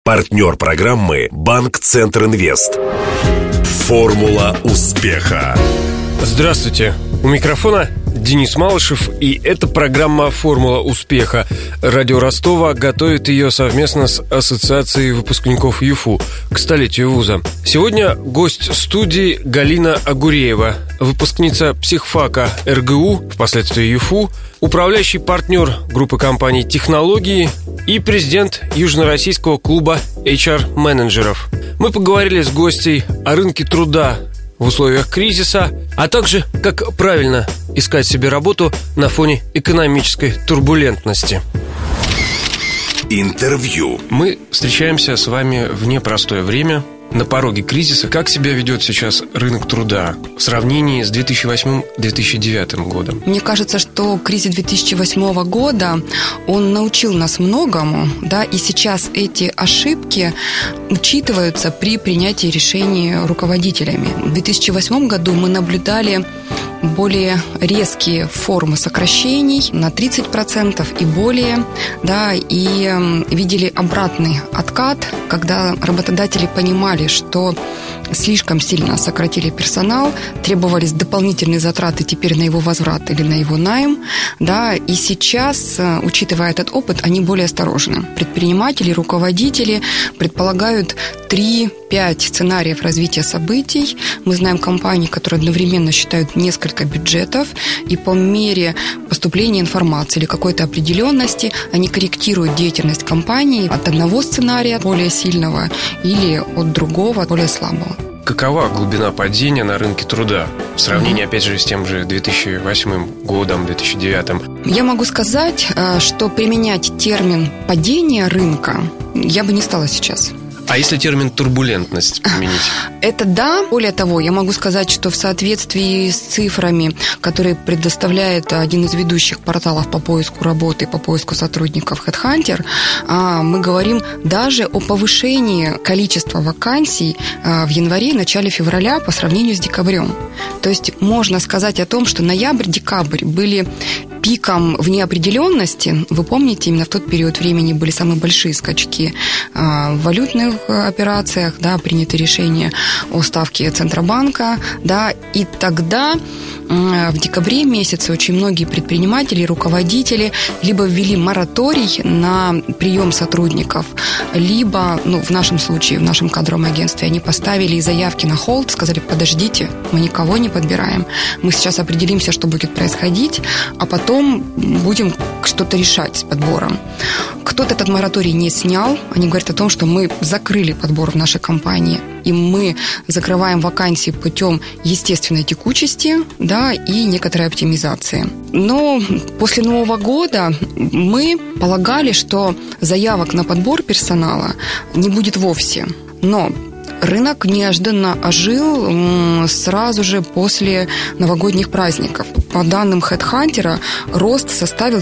Партнер программы «Банк Центр Инвест». Формула успеха. Здравствуйте. У микрофона Денис Малышев, и это программа «Формула успеха». Радио Ростова готовит ее совместно с Ассоциацией выпускников ЮФУ к столетию вуза. Сегодня гость студии Галина Агуреева, выпускница психфака РГУ, впоследствии ЮФУ, управляющий партнер группы компаний «Технологии» и президент Южно-Российского клуба HR-менеджеров. Мы поговорили с гостей о рынке труда в условиях кризиса, а также как правильно искать себе работу на фоне экономической турбулентности. Интервью. Мы встречаемся с вами в непростое время, на пороге кризиса. Как себя ведет сейчас рынок труда в сравнении с 2008-2009 годом? Мне кажется, что кризис 2008 года, он научил нас многому, да, и сейчас эти ошибки учитываются при принятии решений руководителями. В 2008 году мы наблюдали более резкие формы сокращений на 30% и более, да, и видели обратный откат, когда работодатели понимали, что слишком сильно сократили персонал, требовались дополнительные затраты теперь на его возврат или на его найм, да, и сейчас, учитывая этот опыт, они более осторожны. Предприниматели, руководители предполагают 3-5 сценариев развития событий. Мы знаем компании, которые одновременно считают несколько бюджетов, и по мере поступления информации или какой-то определенности они корректируют деятельность компании от одного сценария более сильного или от другого более слабого. Какова глубина падения на рынке труда в сравнении, опять же, с тем же 2008 годом, 2009? Я могу сказать, что применять термин «падение рынка» я бы не стала сейчас. А если термин «турбулентность» применить? Это да. Более того, я могу сказать, что в соответствии с цифрами, которые предоставляет один из ведущих порталов по поиску работы, по поиску сотрудников HeadHunter, мы говорим даже о повышении количества вакансий в январе и начале февраля по сравнению с декабрем. То есть можно сказать о том, что ноябрь-декабрь были пиком в неопределенности. Вы помните, именно в тот период времени были самые большие скачки в валютных операциях, да, приняты решения о ставке Центробанка, да, и тогда в декабре месяце очень многие предприниматели и руководители либо ввели мораторий на прием сотрудников, либо, в нашем случае, в нашем кадровом агентстве, они поставили заявки на холд, сказали: подождите, мы никого не подбираем, мы сейчас определимся, что будет происходить, а потом будем что-то решать с подбором. Кто-то этот мораторий не снял, они говорят о том, что мы закрыли подбор в нашей компании, и мы закрываем вакансии путем естественной текучести, да, и некоторой оптимизации. Но после Нового года мы полагали, что заявок на подбор персонала не будет вовсе. Но рынок неожиданно ожил сразу же после новогодних праздников. По данным HeadHunter, рост составил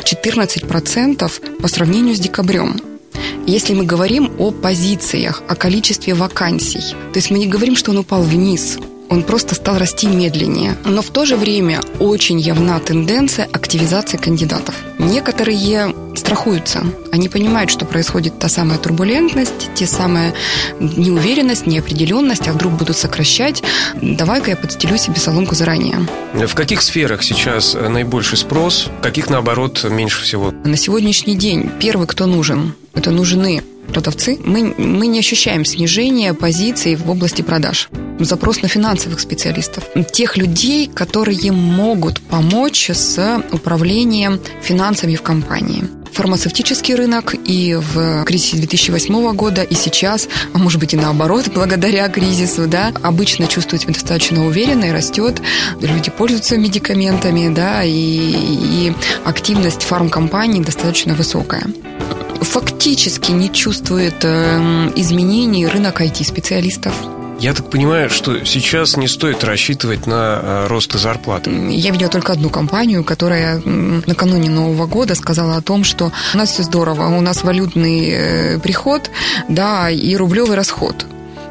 14% по сравнению с декабрем. Если мы говорим о позициях, о количестве вакансий, то есть мы не говорим, что он упал вниз, он просто стал расти медленнее. Но в то же время очень явна тенденция активизации кандидатов. Некоторые страхуются. Они понимают, что происходит та самая турбулентность, та самая неуверенность, неопределенность, а вдруг будут сокращать. Давай-ка я подстелю себе соломку заранее. В каких сферах сейчас наибольший спрос, в каких, наоборот, меньше всего? На сегодняшний день первый, кто нужен, это нужны продавцы. Мы не ощущаем снижения позиций в области продаж. Запрос на финансовых специалистов. Тех людей, которые могут помочь с управлением финансами в компании. Фармацевтический рынок и в кризисе 2008 года, и сейчас, а может быть и наоборот, благодаря кризису, да, обычно чувствует себя достаточно уверенно и растет. Люди пользуются медикаментами, да, и активность фармкомпаний достаточно высокая. Фактически не чувствует изменений рынок IT-специалистов. Я так понимаю, что сейчас не стоит рассчитывать на рост зарплаты. Я видела только одну компанию, которая накануне Нового года сказала о том, что у нас все здорово, у нас валютный приход, да, и рублевый расход.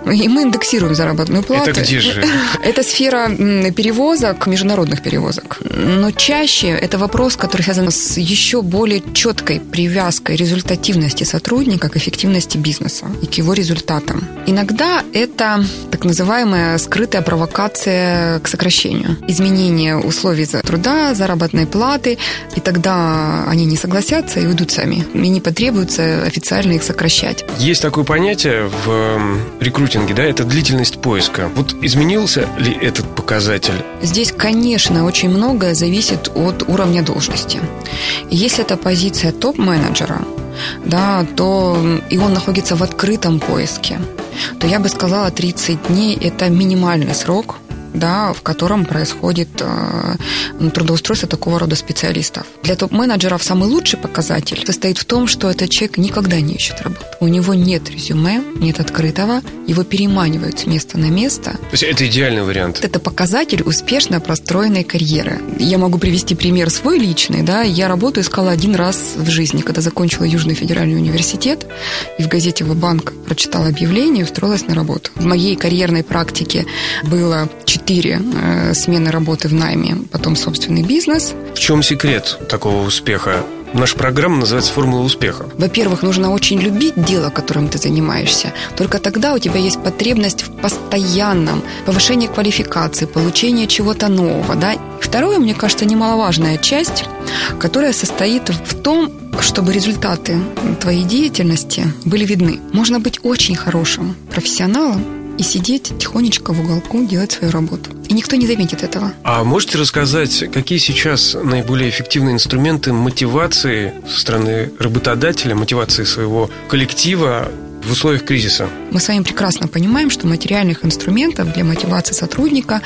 И мы индексируем заработную плату. Это где же? Это сфера перевозок, международных перевозок. Но чаще это вопрос, который связан с еще более четкой привязкой результативности сотрудника к эффективности бизнеса и к его результатам. Иногда это так называемая скрытая провокация к сокращению. Изменение условий труда, заработной платы, и тогда они не согласятся и уйдут сами. И не потребуется официально их сокращать. Есть такое понятие в рекрутинге, да, это длительность поиска. Вот изменился ли этот показатель? Здесь, конечно, очень многое зависит от уровня должности. И если это позиция топ-менеджера, да, то и он находится в открытом поиске, то я бы сказала, 30 дней – это минимальный срок, да, в котором происходит трудоустройство такого рода специалистов. Для топ-менеджеров самый лучший показатель состоит в том, что этот человек никогда не ищет работу. У него нет резюме, нет открытого, его переманивают с места на место. То есть это идеальный вариант? Это показатель успешно простроенной карьеры. Я могу привести пример свой личный. Да? Я работу искала один раз в жизни, когда закончила Южный федеральный университет, и в газете «Ва-банк» прочитала объявление и устроилась на работу. В моей карьерной практике было 4 смены работы в найме, потом собственный бизнес. В чем секрет такого успеха? Наша программа называется «Формула успеха». Во-первых, нужно очень любить дело, которым ты занимаешься. Только тогда у тебя есть потребность в постоянном повышении квалификации, получении чего-то нового. Да? Второе, мне кажется, немаловажная часть, которая состоит в том, чтобы результаты твоей деятельности были видны. Можно быть очень хорошим профессионалом и сидеть тихонечко в уголку, делать свою работу. И никто не заметит этого. А можете рассказать, какие сейчас наиболее эффективные инструменты мотивации со стороны работодателя, мотивации своего коллектива в условиях кризиса? Мы с вами прекрасно понимаем, что материальных инструментов для мотивации сотрудника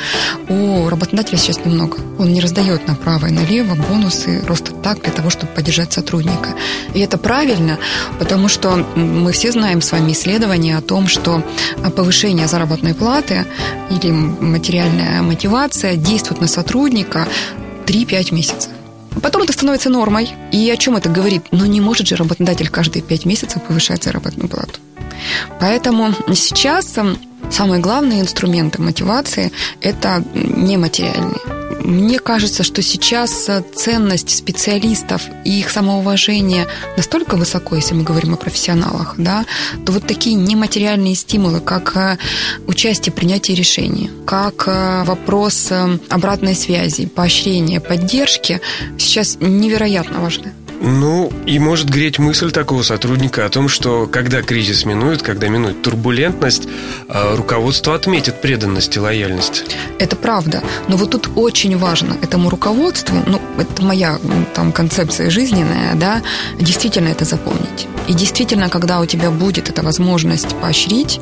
у работодателя сейчас немного. Он не раздает направо и налево бонусы просто так для того, чтобы поддержать сотрудника. И это правильно, потому что мы все знаем с вами исследования о том, что повышение заработной платы или материальная мотивация действует на сотрудника 3-5 месяцев. Потом это становится нормой. И о чем это говорит? Ну, не может же работодатель каждые 5 месяцев повышать заработную плату. Поэтому сейчас самые главные инструменты мотивации – это нематериальные. Мне кажется, что сейчас ценность специалистов и их самоуважение настолько высоко, если мы говорим о профессионалах, да, то вот такие нематериальные стимулы, как участие в принятии решений, как вопрос обратной связи, поощрения, поддержки, сейчас невероятно важны. Ну, и может греть мысль такого сотрудника о том, что когда кризис минует, когда минует турбулентность, руководство отметит преданность и лояльность. Это правда. Но вот тут очень важно этому руководству, ну, это моя там концепция жизненная, да, действительно это запомнить. И действительно, когда у тебя будет эта возможность поощрить.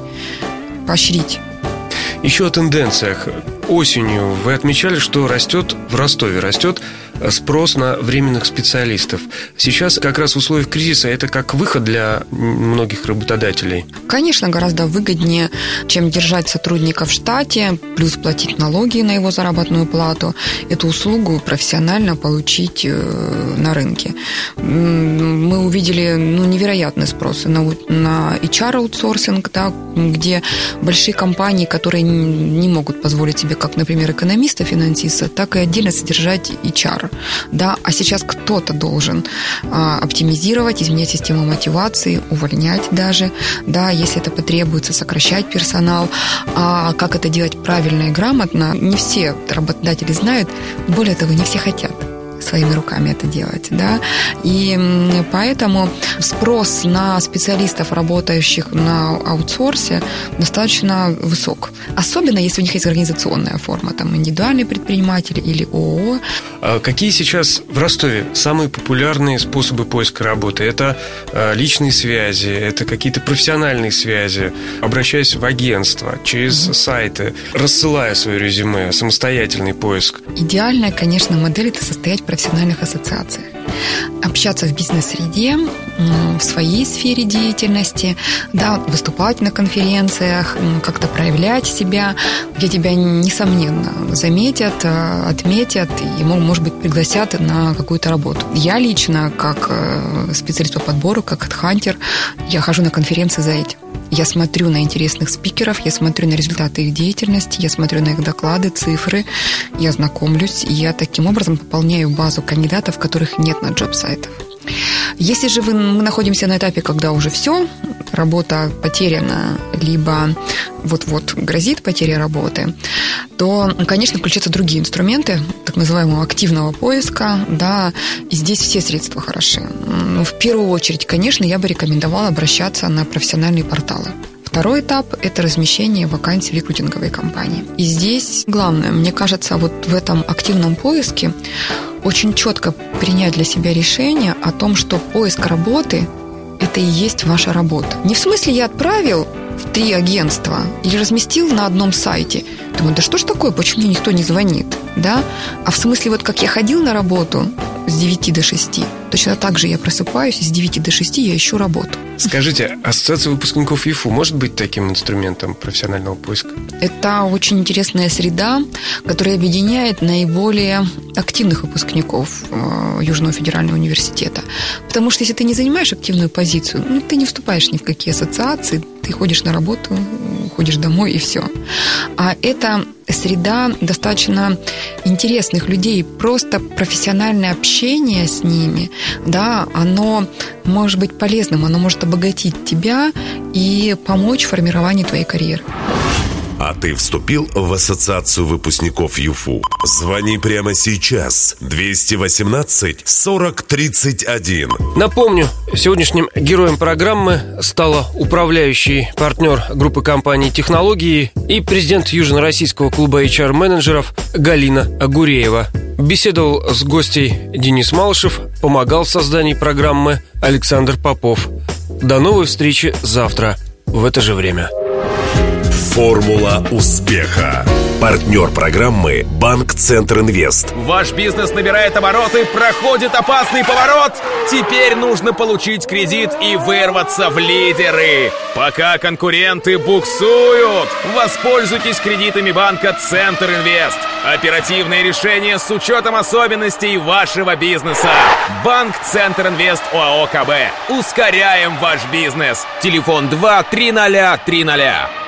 Еще о тенденциях. Осенью вы отмечали, что растет в Ростове, растет спрос на временных специалистов. Сейчас как раз в условиях кризиса это как выход для многих работодателей. Конечно, гораздо выгоднее, чем держать сотрудника в штате, плюс платить налоги на его заработную плату, эту услугу профессионально получить на рынке. Мы увидели невероятный спрос на HR-аутсорсинг, да, где большие компании, которые не могут позволить себе, как, например, экономиста, финансиста, так и отдельно содержать HR. Да? А сейчас кто-то должен оптимизировать, изменять систему мотивации, увольнять даже, да, если это потребуется, сокращать персонал. А как это делать правильно и грамотно, не все работодатели знают, более того, не все хотят своими руками это делать, да, и поэтому спрос на специалистов, работающих на аутсорсе, достаточно высок, особенно если у них есть организационная форма, там, индивидуальные предприниматели или ООО. Какие сейчас в Ростове самые популярные способы поиска работы? Это личные связи, это какие-то профессиональные связи, обращаясь в агентство, через сайты, рассылая свое резюме, самостоятельный поиск? Идеальная, конечно, модель – это состоять в профессиональных ассоциациях. Общаться в бизнес-среде, в своей сфере деятельности, да, выступать на конференциях, как-то проявлять себя, где тебя, несомненно, заметят, отметят и, может быть, пригласят на какую-то работу. Я лично, как специалист по подбору, как хедхантер, я хожу на конференции за этим. я смотрю на интересных спикеров, я смотрю на результаты их деятельности, я смотрю на их доклады, цифры, я знакомлюсь, и я таким образом пополняю базу кандидатов, которых нет на джоб-сайтах. Если же мы находимся на этапе, когда уже все, работа потеряна, либо вот-вот грозит потеря работы, то, конечно, включаются другие инструменты, так называемого активного поиска, да, и здесь все средства хороши. Но в первую очередь, конечно, я бы рекомендовала обращаться на профессиональные порталы. Второй этап – это размещение вакансий в рекрутинговой компании. И здесь главное, мне кажется, вот в этом активном поиске очень четко принять для себя решение о том, что поиск работы – это и есть ваша работа. Не в смысле я отправил в 3 агентства или разместил на одном сайте. Думаю, да что ж такое, почему мне никто не звонит? Да? А в смысле, вот как я ходил на работу с 9 до 6, точно так же я просыпаюсь, и с 9 до 6 я ищу работу. Скажите, ассоциация выпускников ЮФУ может быть таким инструментом профессионального поиска? Это очень интересная среда, которая объединяет наиболее активных выпускников Южного федерального университета. Потому что если ты не занимаешь активную позицию, ты не вступаешь ни в какие ассоциации, ты ходишь на работу, ходишь домой и все. А это среда достаточно интересных людей, просто профессиональное общение с ними, да, оно может быть полезным, оно может обогатить тебя и помочь в формировании твоей карьеры. А ты вступил в ассоциацию выпускников ЮФУ? Звони прямо сейчас. 218 40 31. Напомню, сегодняшним героем программы стала управляющий партнер группы компаний «Технологии» и президент Южно-Российского клуба HR-менеджеров Галина Агуреева. Беседовал с гостей Денис Малышев, помогал в создании программы Александр Попов. До новой встречи завтра в это же время. Формула успеха. Партнер программы «Банк Центр Инвест». Ваш бизнес набирает обороты, проходит опасный поворот. Теперь нужно получить кредит и вырваться в лидеры. Пока конкуренты буксуют, воспользуйтесь кредитами банка Центр Инвест. Оперативные решения с учетом особенностей вашего бизнеса. Банк Центр Инвест ОАО КБ. Ускоряем ваш бизнес. Телефон 2 300 300.